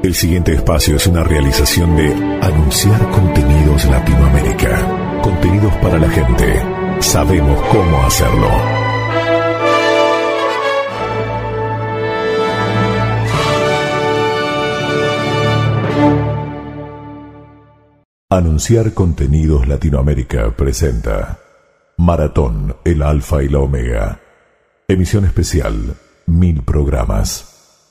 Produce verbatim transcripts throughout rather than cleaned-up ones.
El siguiente espacio es una realización de Anunciar Contenidos Latinoamérica. Contenidos para la gente. Sabemos cómo hacerlo. Anunciar Contenidos Latinoamérica presenta Maratón, el Alfa y la Omega. Emisión especial, mil programas.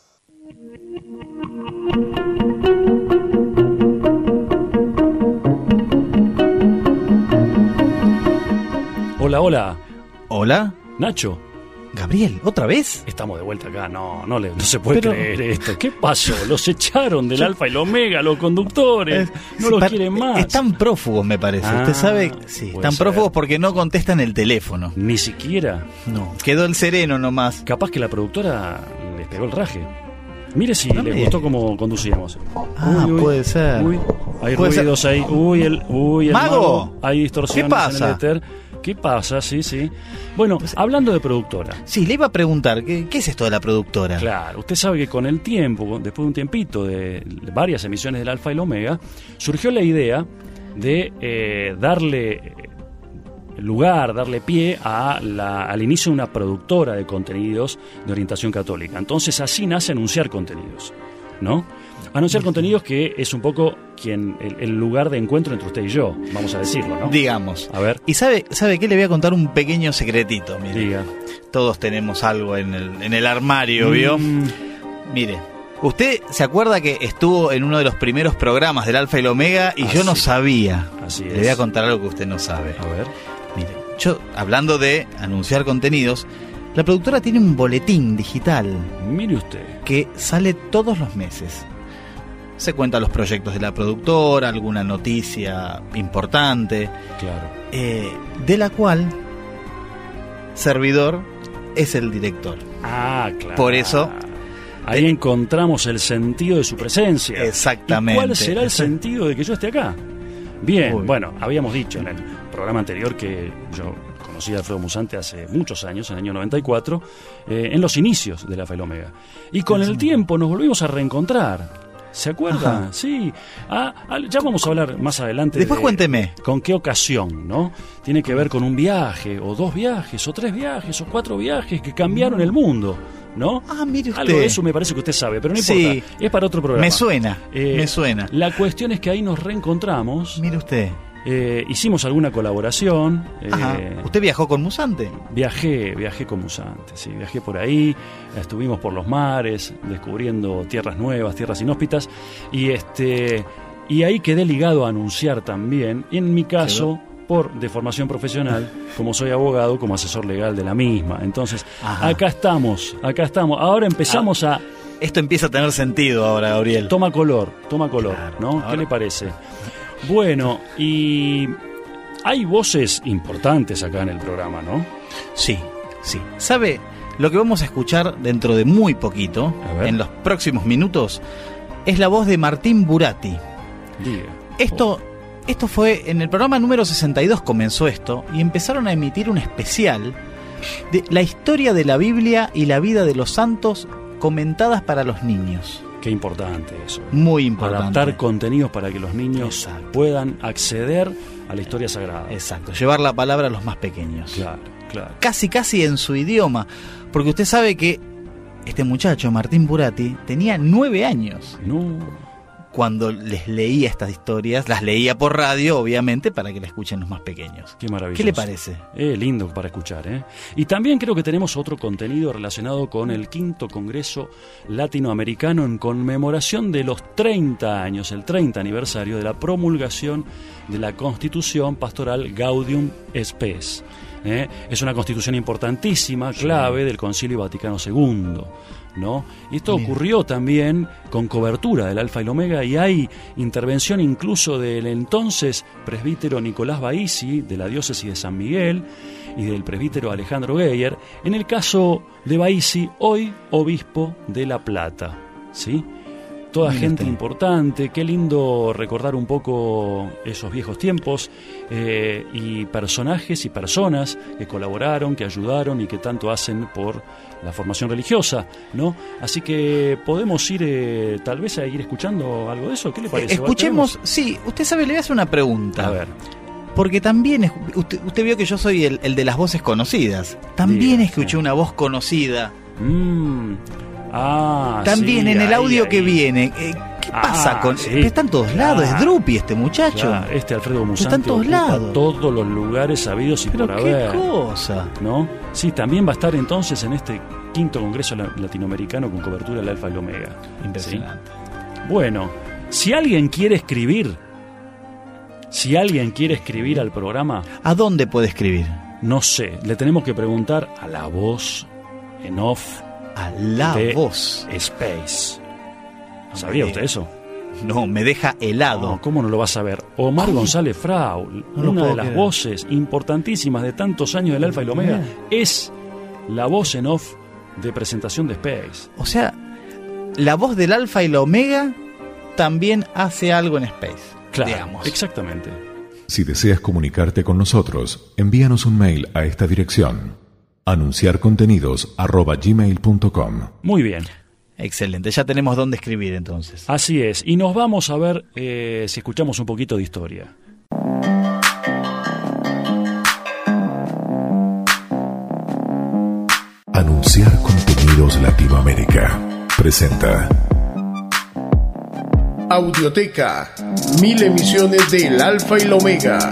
Hola, hola. Hola. Nacho. Gabriel, ¿otra vez? Estamos de vuelta acá. No, no, le, no se puede Pero... creer esto. ¿Qué pasó? Los echaron del Alfa y el Omega, los conductores. Eh, no sí, los par- quieren más. Están prófugos, me parece. Ah, Usted sabe, sí, puede están ser. prófugos porque no contestan el teléfono. Ni siquiera. No, quedó el sereno nomás. Capaz que la productora les pegó el raje. Mire si No les me- gustó cómo conducíamos. Ah, puede ser. Uy, hay Puede ser. ruidos ahí. Uy, el, uy, el ¡Mago! mago. Hay distorsiones ¿Qué pasa? en el éter. ¿Qué pasa? Sí, sí. Bueno, hablando de productora. Sí, le iba a preguntar, ¿qué, qué es esto de la productora? Claro, usted sabe que con el tiempo, después de un tiempito de varias emisiones del Alfa y el Omega, surgió la idea de eh, darle lugar, darle pie a la, al inicio de una productora de contenidos de orientación católica. Entonces así nace Anunciar Contenidos, ¿no? Anunciar Contenidos, que es un poco quien el, el lugar de encuentro entre usted y yo, vamos a decirlo, ¿no? Digamos. A ver, Y sabe, ¿sabe qué? Le voy a contar un pequeño secretito, mire. diga. Todos tenemos algo en el, en el armario, ¿vio? Mm, Mire, usted se acuerda que estuvo en uno de los primeros programas del Alfa y el Omega y Ah, yo no sí. sabía. Así Le es. voy a contar algo que usted no sabe. A ver. Mire, yo, hablando de anunciar contenidos, la productora tiene un boletín digital Mire usted. que sale todos los meses. Se cuentan los proyectos de la productora, alguna noticia importante, Claro. eh, de la cual servidor es el director. Ah, claro. Por eso- Ahí encontramos el sentido de su presencia. Exactamente. ¿Y cuál será el sentido de que yo esté acá? Bien, Uy. bueno, habíamos dicho en el programa anterior que yo conocí a Alfredo Musante hace muchos años, en el año noventa y cuatro, eh, en los inicios de la Alfa y la Omega. Y con el tiempo nos volvimos a reencontrar. ¿Se acuerda? Ajá. Sí. Ah, ah, ya vamos a hablar más adelante. Después de cuénteme. ¿Con qué ocasión, no? Tiene que ver con un viaje, o dos viajes, o tres viajes, o cuatro viajes que cambiaron el mundo, ¿no? Ah, mire usted. Algo de eso me parece que usted sabe, pero no Sí. importa. Es para otro programa. Me suena, Eh, me suena. La cuestión es que ahí nos reencontramos, Mire usted. eh, hicimos alguna colaboración. eh, Ajá. ¿Usted viajó con Musante? Viajé, viajé con Musante, sí, viajé por ahí, estuvimos por los mares, descubriendo tierras nuevas, tierras inhóspitas, y este y ahí quedé ligado a Anunciar también, y en mi caso, por de formación profesional, como soy abogado, como asesor legal de la misma. Entonces, Ajá. acá estamos, acá estamos. Ahora empezamos a... Esto empieza a tener sentido ahora, Gabriel. Toma color, toma color, Claro, ¿no? ahora- ¿Qué le parece? Bueno, y hay voces importantes acá en el programa, ¿no? Sí, sí. ¿Sabe? Lo que vamos a escuchar dentro de muy poquito, A ver. en los próximos minutos, es la voz de Martín Buratti. Diga. Esto, esto fue, en el programa número sesenta y dos comenzó esto, y empezaron a emitir un especial de la historia de la Biblia y la vida de los santos comentadas para los niños. Qué importante eso. Muy importante. Adaptar contenidos para que los niños Exacto. puedan acceder a la historia sagrada. Exacto, llevar la palabra a los más pequeños. Claro, claro. Casi, casi en su idioma. Porque usted sabe que este muchacho, Martín Buratti, tenía nueve años No, cuando les leía estas historias. Las leía por radio, obviamente, para que la escuchen los más pequeños. qué maravilloso. ¿Qué le parece? Eh, lindo para escuchar, ¿eh? Y también creo que tenemos otro contenido relacionado con el quinto Congreso Latinoamericano en conmemoración de los treinta años, el treinta aniversario de la promulgación de la Constitución Pastoral Gaudium Spes. ¿eh? Es una constitución importantísima, clave del Concilio Vaticano segundo. ¿No? Y esto Mira. ocurrió también con cobertura del Alfa y el Omega, y hay intervención incluso del entonces presbítero Nicolás Baisi de la diócesis de San Miguel y del presbítero Alejandro Geyer, en el caso de Baisi, hoy obispo de La Plata, ¿sí? toda Mira gente usted. importante. Qué lindo recordar un poco esos viejos tiempos eh, y personajes y personas que colaboraron, que ayudaron y que tanto hacen por la formación religiosa, ¿no? Así que podemos ir eh, tal vez a ir escuchando algo de eso. ¿Qué le parece? Escuchemos, ¿Tenemos? sí, usted sabe, le voy a hacer una pregunta. A ver. Porque también, es- usted, usted vio que yo soy el, el de las voces conocidas. También Diga, escuché sí. una voz conocida. Mm. Ah, También sí, en el ahí, audio ahí. que viene. Eh, ¿Qué Ah, pasa con...? sí, Está en todos lados, claro. es Drupi este muchacho. Claro, este Alfredo Musante Está en todos ocupa lados. todos los lugares sabidos y Pero por qué haber, cosa. ¿no? Sí, también va a estar entonces en este quinto congreso la- latinoamericano con cobertura del Alfa y el Omega. Impresionante. ¿Sí? Bueno, si alguien quiere escribir, si alguien quiere escribir al programa, ¿A dónde puede escribir? no sé, le tenemos que preguntar a la voz en off A la de voz. Space. ¿Sabía me usted diga. eso? No, me deja helado. No, ¿cómo no lo vas a ver? Omar ¿Cómo? González Fraul, No lo una puedo de las creer. voces importantísimas de tantos años del Alfa y el Omega, es la voz en off de presentación de Space. O sea, la voz del Alfa y la Omega también hace algo en Space. Claro, digamos. exactamente. Si deseas comunicarte con nosotros, envíanos un mail a esta dirección: anunciarcontenidos arroba gmail punto com. Muy bien, Excelente, ya tenemos dónde escribir entonces. así es. Y nos vamos a ver eh, si escuchamos un poquito de historia. Anunciar Contenidos Latinoamérica presenta Audioteca, mil emisiones del Alfa y la Omega.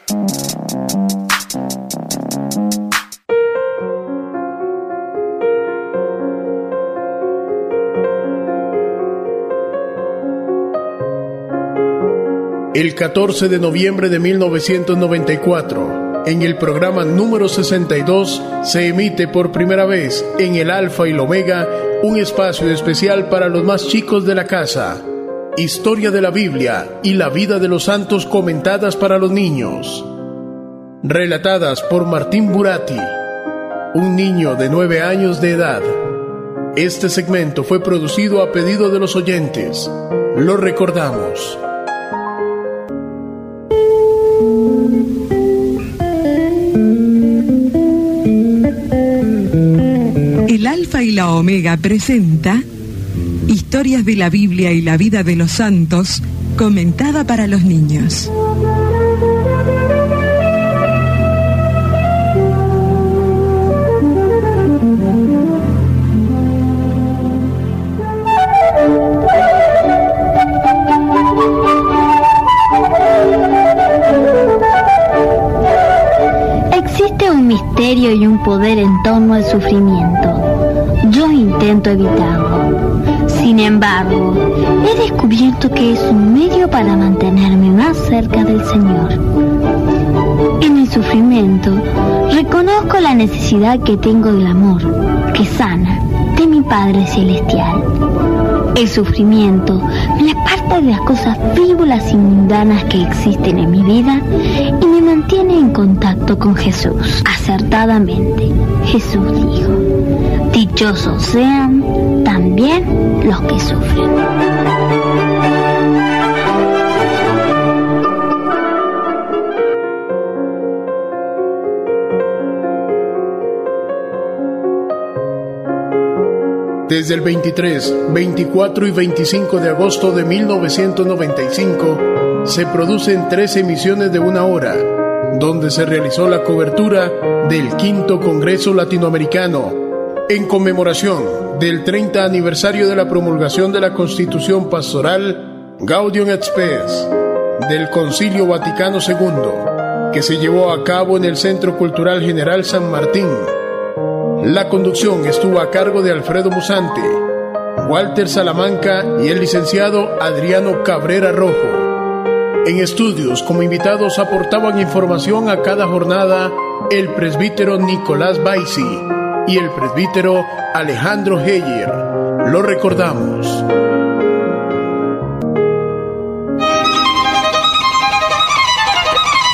El catorce de noviembre de mil novecientos noventa y cuatro, en el programa número sesenta y dos, se emite por primera vez en el Alfa y la Omega un espacio especial para los más chicos de la casa. Historia de la Biblia y la vida de los santos comentadas para los niños. Relatadas por Martín Buratti, un niño de nueve años de edad. Este segmento fue producido a pedido de los oyentes. Lo recordamos. El Alfa y la Omega presenta Historias de la Biblia y la vida de los santos, comentada para los niños. Existe un misterio y un poder en torno al sufrimiento. Yo intento evitarlo. Sin embargo, he descubierto que es un medio para mantenerme más cerca del Señor. En el sufrimiento, reconozco la necesidad que tengo del amor, que sana, de mi Padre Celestial. El sufrimiento me aparta de las cosas frívolas y mundanas que existen en mi vida y me mantiene en contacto con Jesús. Acertadamente, Jesús dijo: dichosos sean también los que sufren. Desde el veintitrés, veinticuatro y veinticinco de agosto de mil novecientos noventa y cinco se producen tres emisiones de una hora, donde se realizó la cobertura del quinto Congreso Latinoamericano en conmemoración del treinta aniversario de la promulgación de la Constitución Pastoral Gaudium et Spes del Concilio Vaticano segundo, que se llevó a cabo en el Centro Cultural General San Martín. La conducción estuvo a cargo de Alfredo Musante, Walter Salamanca y el licenciado Adriano Cabrera Rojo. En estudios como invitados aportaban información a cada jornada el presbítero Nicolás Baisi y el presbítero Alejandro Heyer. Lo recordamos.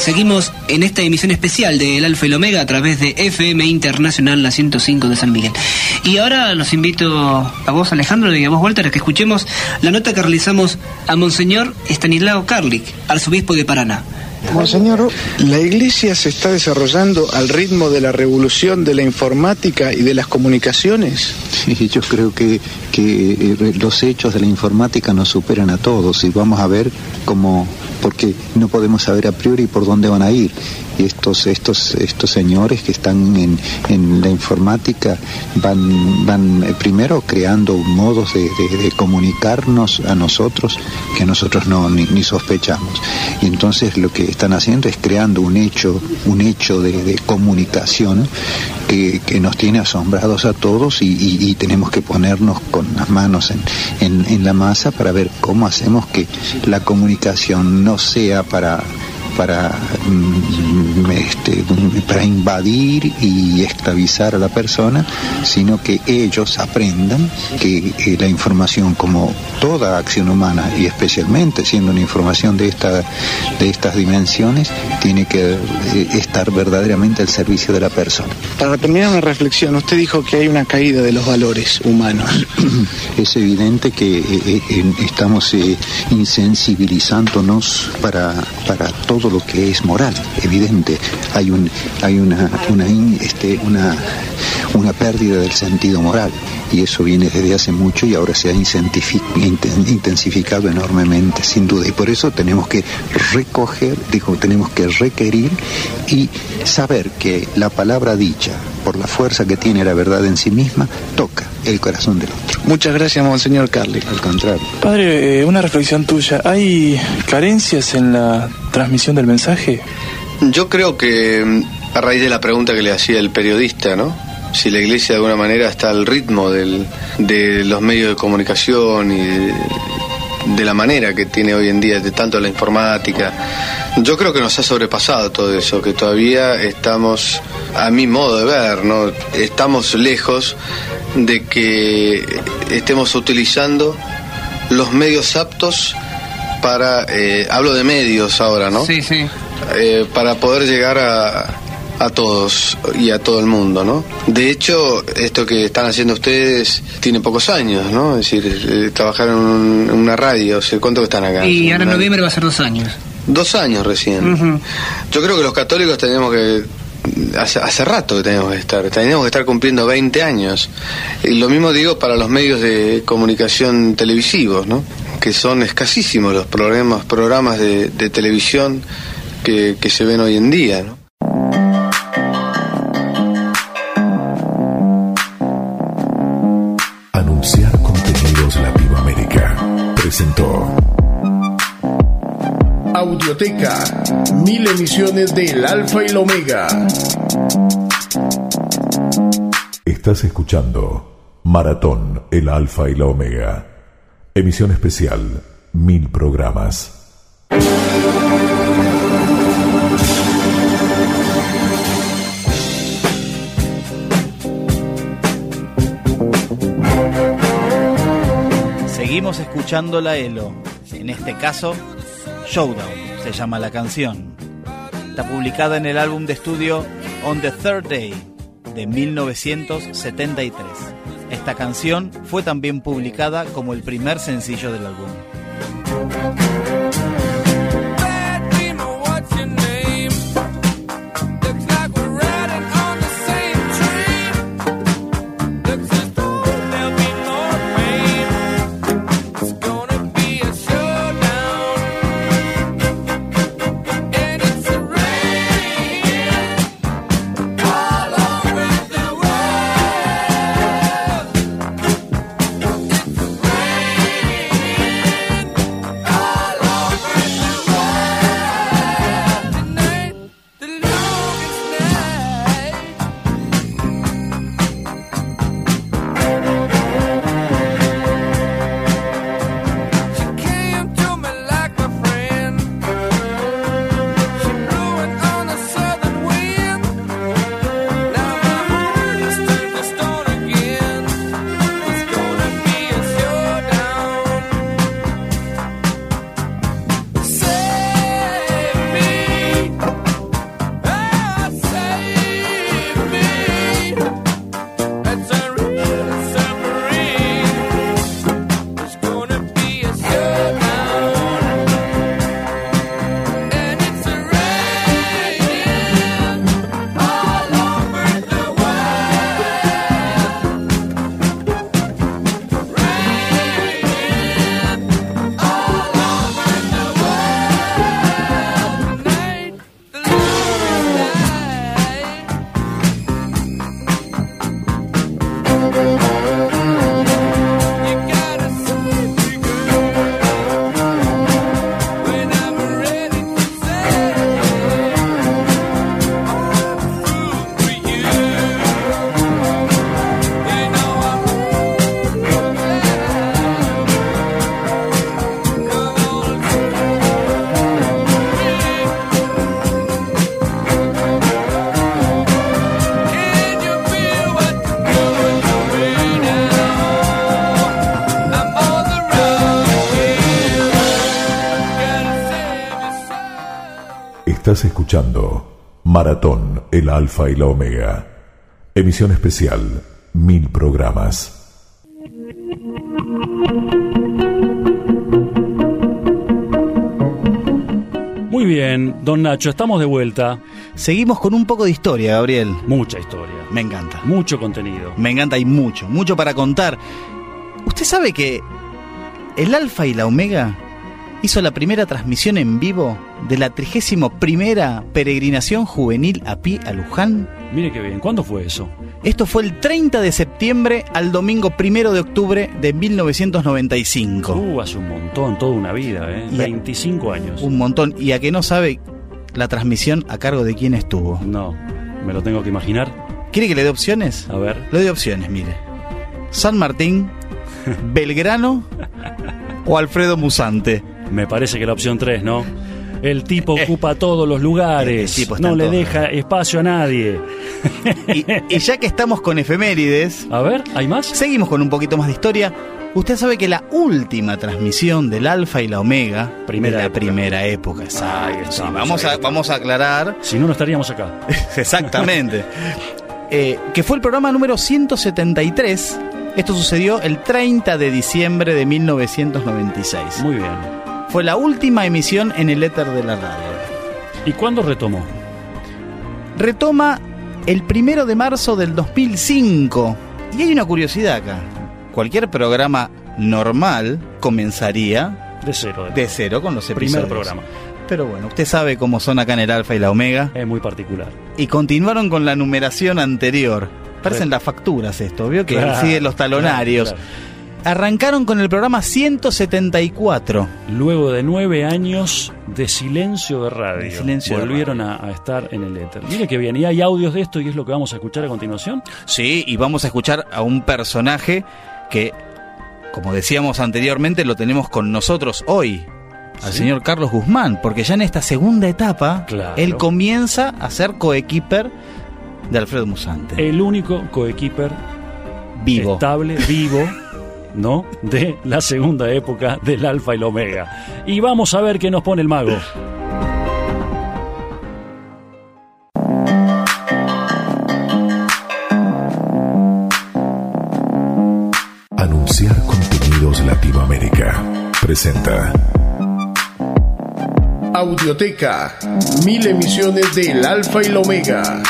Seguimos en esta emisión especial de El Alfa y el Omega a través de F M Internacional, la ciento cinco de San Miguel. Y ahora los invito a vos, Alejandro, y a vos, Walter, a que escuchemos la nota que realizamos a Monseñor Estanislao Karlik, arzobispo de Paraná. Monseñor, ¿la Iglesia se está desarrollando al ritmo de la revolución de la informática y de las comunicaciones? Sí, yo creo que, que los hechos de la informática nos superan a todos y vamos a ver cómo, porque no podemos saber a priori por dónde van a ir. Y estos estos estos señores que están en, en la informática van van eh, primero creando modos de, de, de comunicarnos a nosotros que nosotros no ni, ni sospechamos. Y entonces lo que están haciendo es creando un hecho un hecho de, de comunicación que, que nos tiene asombrados a todos y, y, y tenemos que ponernos con las manos en, en, en la masa para ver cómo hacemos que la comunicación no sea para para este, para invadir y esclavizar a la persona, sino que ellos aprendan que eh, la información, como toda acción humana y especialmente siendo una información de esta de estas dimensiones, tiene que eh, estar verdaderamente al servicio de la persona. Para terminar una reflexión, usted dijo que hay una caída de los valores humanos. Es evidente que eh, eh, estamos eh, insensibilizándonos para para todo lo que es moral, evidente. Hay un hay una una este una una pérdida del sentido moral y eso viene desde hace mucho y ahora se ha intensificado enormemente, sin duda, y por eso tenemos que recoger, digo, tenemos que requerir y saber que la palabra dicha, por la fuerza que tiene la verdad en sí misma, toca el corazón del otro. Muchas gracias, Monseñor Karlik. Al contrario. Padre, eh, una reflexión tuya. ¿Hay carencias en la transmisión del mensaje? Yo creo que, a raíz de la pregunta que le hacía el periodista, ¿no?, si la Iglesia de alguna manera está al ritmo del, de los medios de comunicación y de, de la manera que tiene hoy en día, de tanto la informática, yo creo que nos ha sobrepasado todo eso, que todavía estamos, a mi modo de ver, ¿no?, estamos lejos de que estemos utilizando los medios aptos para, eh, hablo de medios ahora, ¿no? Sí, sí. Eh, para poder llegar a, a todos y a todo el mundo, ¿no? De hecho, esto que están haciendo ustedes tiene pocos años, ¿no? Es decir, eh, trabajar en, un, en una radio, o sea, ¿cuánto que están acá? Y ahora en noviembre va a ser dos años. Dos años recién. Uh-huh. Yo creo que los católicos tenemos que... Hace, hace rato que tenemos que estar, tenemos que estar cumpliendo veinte años. Y lo mismo digo para los medios de comunicación televisivos, ¿no?, que son escasísimos los programas, programas de, de televisión que, que se ven hoy en día, ¿no? Anunciar Contenidos Latinoamérica presentó Audioteca, mil emisiones de El Alfa y el Omega. Estás escuchando Maratón, El Alfa y la Omega. Emisión especial, mil programas. Seguimos escuchando la Elo. En este caso, Showdown se llama la canción. Está publicada en el álbum de estudio On the Third Day de mil novecientos setenta y tres. Esta canción fue también publicada como el primer sencillo del álbum. Estás escuchando Maratón, el Alfa y la Omega. Emisión especial, mil programas. Muy bien, don Nacho, estamos de vuelta. Seguimos con un poco de historia, Gabriel. Mucha historia. Me encanta. Mucho contenido. Me encanta, hay mucho, mucho para contar. ¿Usted sabe que el Alfa y la Omega hizo la primera transmisión en vivo de la trigésima primera peregrinación juvenil a pie a Luján? Mire qué bien, ¿cuándo fue eso? Esto fue el treinta de septiembre al domingo primero de octubre de mil novecientos noventa y cinco. Uh, hace un montón, toda una vida, ¿eh? Y veinticinco años. Un montón. ¿Y a que no sabe la transmisión a cargo de quién estuvo? No, me lo tengo que imaginar. ¿Quiere que le dé opciones? A ver. Le doy opciones, mire. San Martín, Belgrano o Alfredo Musante. Me parece que la opción tres, ¿no? El tipo eh, ocupa todos los lugares, el tipo no le deja lugares. Espacio a nadie. Y, y ya que estamos con efemérides... A ver, ¿hay más? Seguimos con un poquito más de historia. Usted sabe que la última transmisión del Alfa y la Omega... Primera de la época. primera época, exacto. Sí, vamos, a, vamos a aclarar... Si no, no estaríamos acá. Exactamente. eh, que fue el programa número ciento setenta y tres. Esto sucedió el treinta de diciembre de mil novecientos noventa y seis. Muy bien. Fue la última emisión en el éter de la radio. ¿Y cuándo retomó? Retoma el primero de marzo del dos mil cinco. Y hay una curiosidad acá. Cualquier programa normal comenzaría... De cero. De, de cero con los episodios. Primer programa. Pero bueno, usted sabe cómo son acá en el Alfa y la Omega. Es muy particular. Y continuaron con la numeración anterior. Parecen las facturas esto, ¿vio? Que claro, siguen los talonarios. Claro, claro. Arrancaron con el programa ciento setenta y cuatro. Luego de nueve años de silencio de radio. De silencio volvieron de radio. A, a estar en el éter. Mire que bien. ¿Y hay audios de esto y es lo que vamos a escuchar a continuación? Sí, y vamos a escuchar a un personaje que, como decíamos anteriormente, lo tenemos con nosotros hoy. Al ¿Sí? señor Carlos Guzmán. Porque ya en esta segunda etapa, claro. él comienza a ser coequiper de Alfredo Musante. El único coequiper vivo. Estable, vivo. ¿No? De la segunda época del Alfa y la Omega. Y vamos a ver qué nos pone el mago. Anunciar Contenidos Latinoamérica presenta Audioteca, mil emisiones del Alfa y la Omega.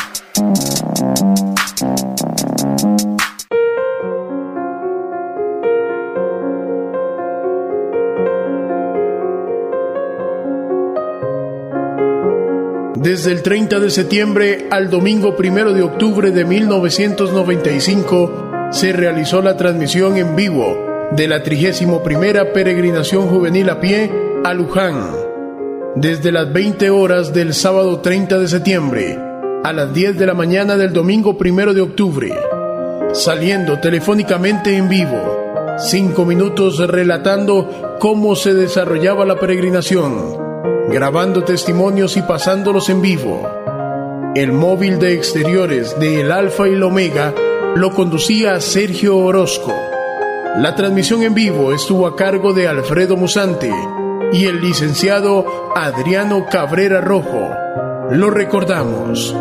Desde el treinta de septiembre al domingo primero de octubre de mil novecientos noventa y cinco se realizó la transmisión en vivo de la trigésima primera peregrinación juvenil a pie a Luján. Desde las veinte horas del sábado treinta de septiembre a las diez de la mañana del domingo primero de octubre, saliendo telefónicamente en vivo, cinco minutos relatando cómo se desarrollaba la peregrinación, grabando testimonios y pasándolos en vivo. El móvil de exteriores de El Alfa y la Omega lo conducía Sergio Orozco. La transmisión en vivo estuvo a cargo de Alfredo Musante y el licenciado Adriano Cabrera Rojo. Lo recordamos.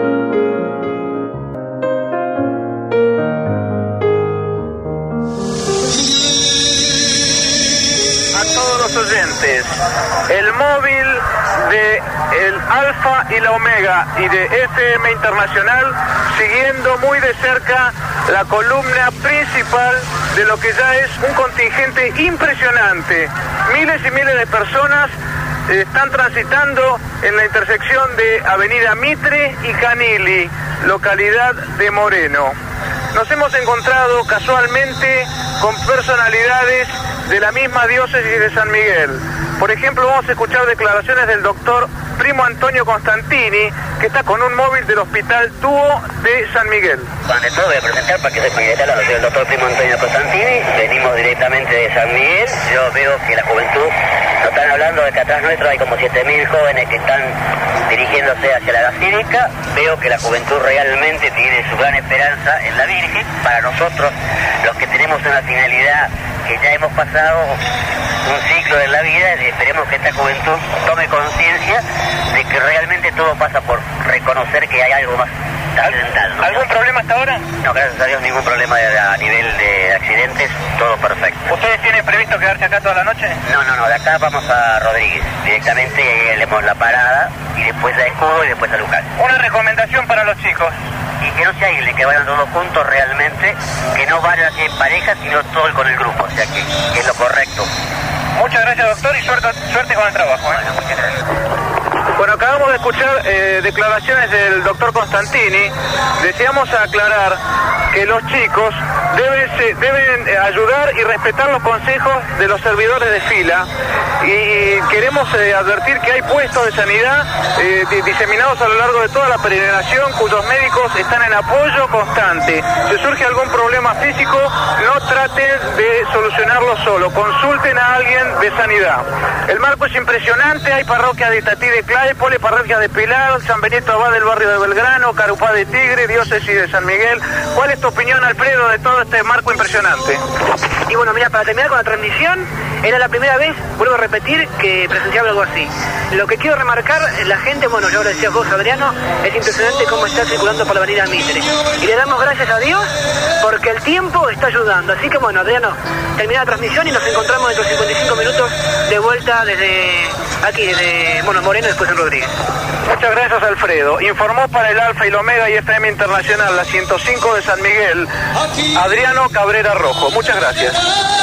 Oyentes, el móvil de el Alfa y la Omega y de F M Internacional siguiendo muy de cerca la columna principal de lo que ya es un contingente impresionante. Miles y miles de personas eh, están transitando en la intersección de Avenida Mitre y Canili, localidad de Moreno. Nos hemos encontrado casualmente con personalidades de la misma diócesis de San Miguel. Por ejemplo, vamos a escuchar declaraciones del doctor Primo Antonio Constantini, que está con un móvil del Hospital Tuo de San Miguel. Bueno, de todo voy a presentar para que sepan quién está, soy el doctor Primo Antonio Constantini, venimos directamente de San Miguel. Yo veo que la juventud, nos están hablando de que atrás nuestro hay como siete mil jóvenes que están dirigiéndose hacia la basílica. Veo que la juventud realmente tiene su gran esperanza en la Virgen. Para nosotros, los que tenemos una finalidad que ya hemos pasado un ciclo de la vida, y esperemos que esta juventud tome conciencia de que realmente todo pasa por reconocer que hay algo más trascendental, ¿no? ¿Algún problema hasta ahora? No, gracias a Dios ningún problema de- a nivel de accidentes, todo perfecto. ¿Ustedes tienen previsto quedarse acá toda la noche? No, no, no, de acá vamos a Rodríguez directamente y ahí haremos la parada y después a Escudo y después a Lucal. Una recomendación para los chicos. Y que no se aíslen, que vayan todos juntos realmente, que no vayan así en pareja, sino todos con el grupo, o sea que, que es lo correcto. Muchas gracias, doctor, y suerte, suerte con el trabajo. ¿eh? Bueno, muchas gracias. Bueno, acabamos de escuchar eh, declaraciones del doctor Constantini. Deseamos aclarar que los chicos deben, se- deben eh, ayudar y respetar los consejos de los servidores de fila. Y queremos eh, advertir que hay puestos de sanidad eh, di- diseminados a lo largo de toda la peregrinación cuyos médicos están en apoyo constante. Si surge algún problema físico, no traten de solucionarlo solo, consulten a alguien de sanidad. El marco es impresionante, hay parroquias de Itatí de Claypole, parroquias de Pilar, San Benito Abad del barrio de Belgrano, Carupá de Tigre, diócesis de San Miguel. ¿Cuál es tu opinión, Alfredo, de todo este marco impresionante? Y bueno, mira, para terminar con la transmisión, era la primera vez, vuelvo a repetir, que presenciaba algo así. Lo que quiero remarcar, la gente, bueno, yo lo decía vos, Adriano, es impresionante cómo está circulando por la avenida Mitre. Y le damos gracias a Dios porque el tiempo está ayudando. Así que bueno, Adriano, termina la transmisión y nos encontramos dentro de cincuenta y cinco minutos de vuelta desde aquí, desde, bueno, Moreno y después en Rodríguez. Muchas gracias, Alfredo. Informó para el Alfa y el Omega y F M Internacional, la ciento cinco de San Miguel, Adriano Cabrera Rojo. Muchas gracias.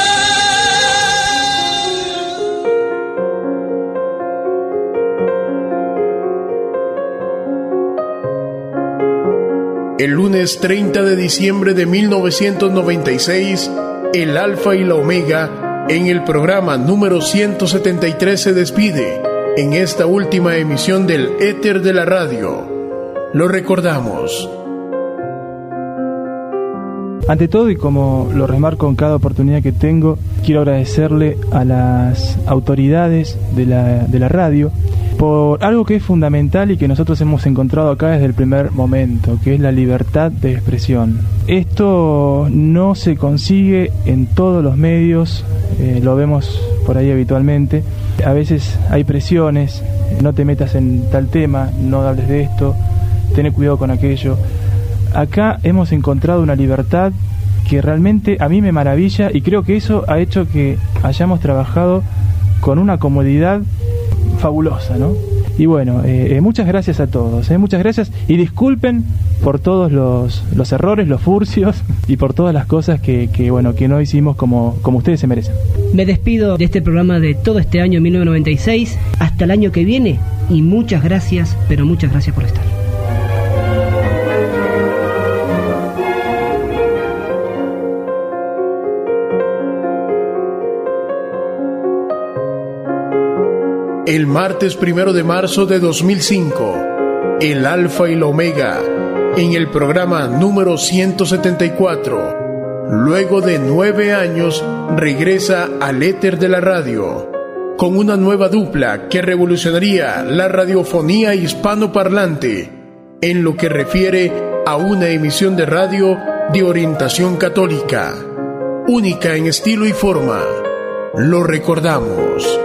El lunes treinta de diciembre de mil novecientos noventa y seis, el Alfa y la Omega, en el programa número ciento setenta y tres, se despide en esta última emisión del éter de la radio. Lo recordamos. Ante todo, y como lo remarco en cada oportunidad que tengo, quiero agradecerle a las autoridades de la, de la radio por algo que es fundamental y que nosotros hemos encontrado acá desde el primer momento, que es la libertad de expresión. Esto no se consigue en todos los medios, eh, lo vemos por ahí habitualmente. A veces hay presiones, no te metas en tal tema, no hables de esto, ten cuidado con aquello. Acá hemos encontrado una libertad que realmente a mí me maravilla y creo que eso ha hecho que hayamos trabajado con una comodidad fabulosa, ¿no? Y bueno, eh, eh, muchas gracias a todos, eh, muchas gracias y disculpen por todos los, los errores, los furcios y por todas las cosas que, que, bueno, que no hicimos como, como ustedes se merecen. Me despido de este programa de todo este año mil novecientos noventa y seis hasta el año que viene y muchas gracias, pero muchas gracias por estar. El martes primero de marzo de dos mil cinco, el Alfa y la Omega, en el programa número ciento setenta y cuatro, luego de nueve años, regresa al éter de la radio, con una nueva dupla que revolucionaría la radiofonía hispanoparlante, en lo que refiere a una emisión de radio de orientación católica, única en estilo y forma. Lo recordamos.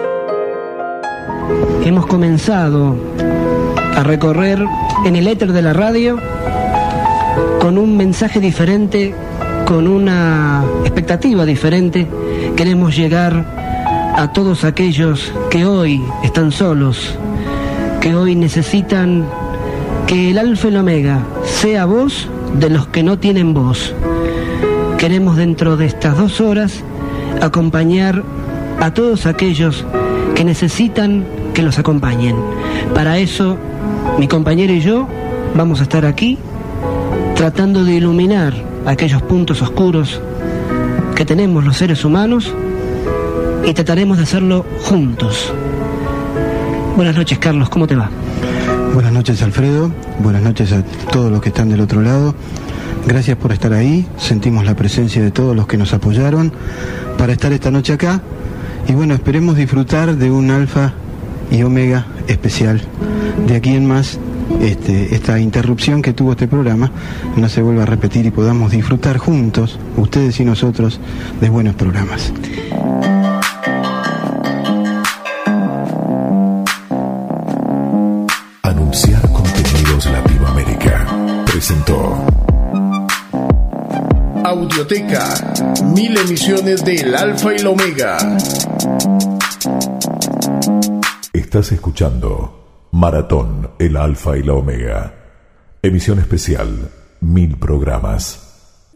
Hemos comenzado a recorrer en el éter de la radio con un mensaje diferente, con una expectativa diferente. Queremos llegar a todos aquellos que hoy están solos, que hoy necesitan que el Alfa y el Omega sea voz de los que no tienen voz. Queremos dentro de estas dos horas acompañar a todos aquellos que necesitan que los acompañen. Para eso, mi compañero y yo vamos a estar aquí tratando de iluminar aquellos puntos oscuros que tenemos los seres humanos y trataremos de hacerlo juntos. Buenas noches, Carlos, ¿cómo te va? Buenas noches, Alfredo. Buenas noches a todos los que están del otro lado. Gracias por estar ahí. Sentimos la presencia de todos los que nos apoyaron para estar esta noche acá. Y bueno, esperemos disfrutar de un Alfa y Omega especial. De aquí en más, este, esta interrupción que tuvo este programa no se vuelva a repetir y podamos disfrutar juntos, ustedes y nosotros, de buenos programas. Anunciar presentó Audioteca, mil emisiones del Alfa y la Omega. Estás escuchando Maratón, el Alfa y la Omega. Emisión especial, mil programas.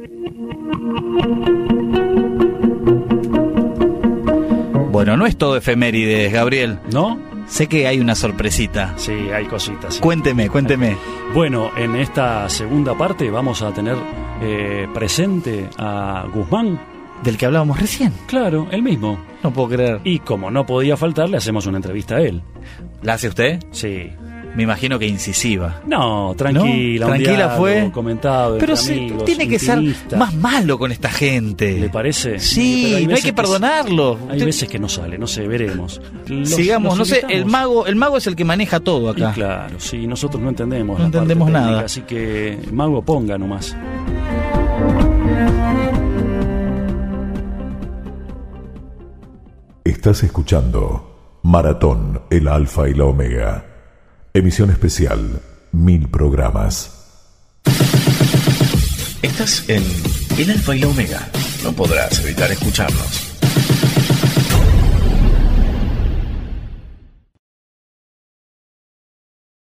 Bueno, no es todo efemérides, Gabriel. ¿No? Sé que hay una sorpresita. Sí, hay cositas. Sí. Cuénteme, cuénteme. Bueno, en esta segunda parte vamos a tener eh, presente a Guzmán. ¿Del que hablábamos recién? Claro, el mismo. No puedo creer. Y como no podía faltar, le hacemos una entrevista a él. ¿La hace usted? Sí. Me imagino que incisiva. No, tranquila. ¿No? Tranquila diálogo, fue. Comentado. Pero se, amigos, tiene que intimista. ser más malo con esta gente. ¿Le parece? Sí, hay no hay que perdonarlo. Hay veces que no sale, no sé, veremos. Los, Sigamos, los no sé, el mago, el mago es el que maneja todo acá. Y claro, sí, nosotros no entendemos. No la entendemos parte nada. técnica, así que el mago ponga nomás. Estás escuchando Maratón, el Alfa y la Omega. Emisión especial, mil programas. Estás en el Alfa y la Omega. No podrás evitar escucharnos.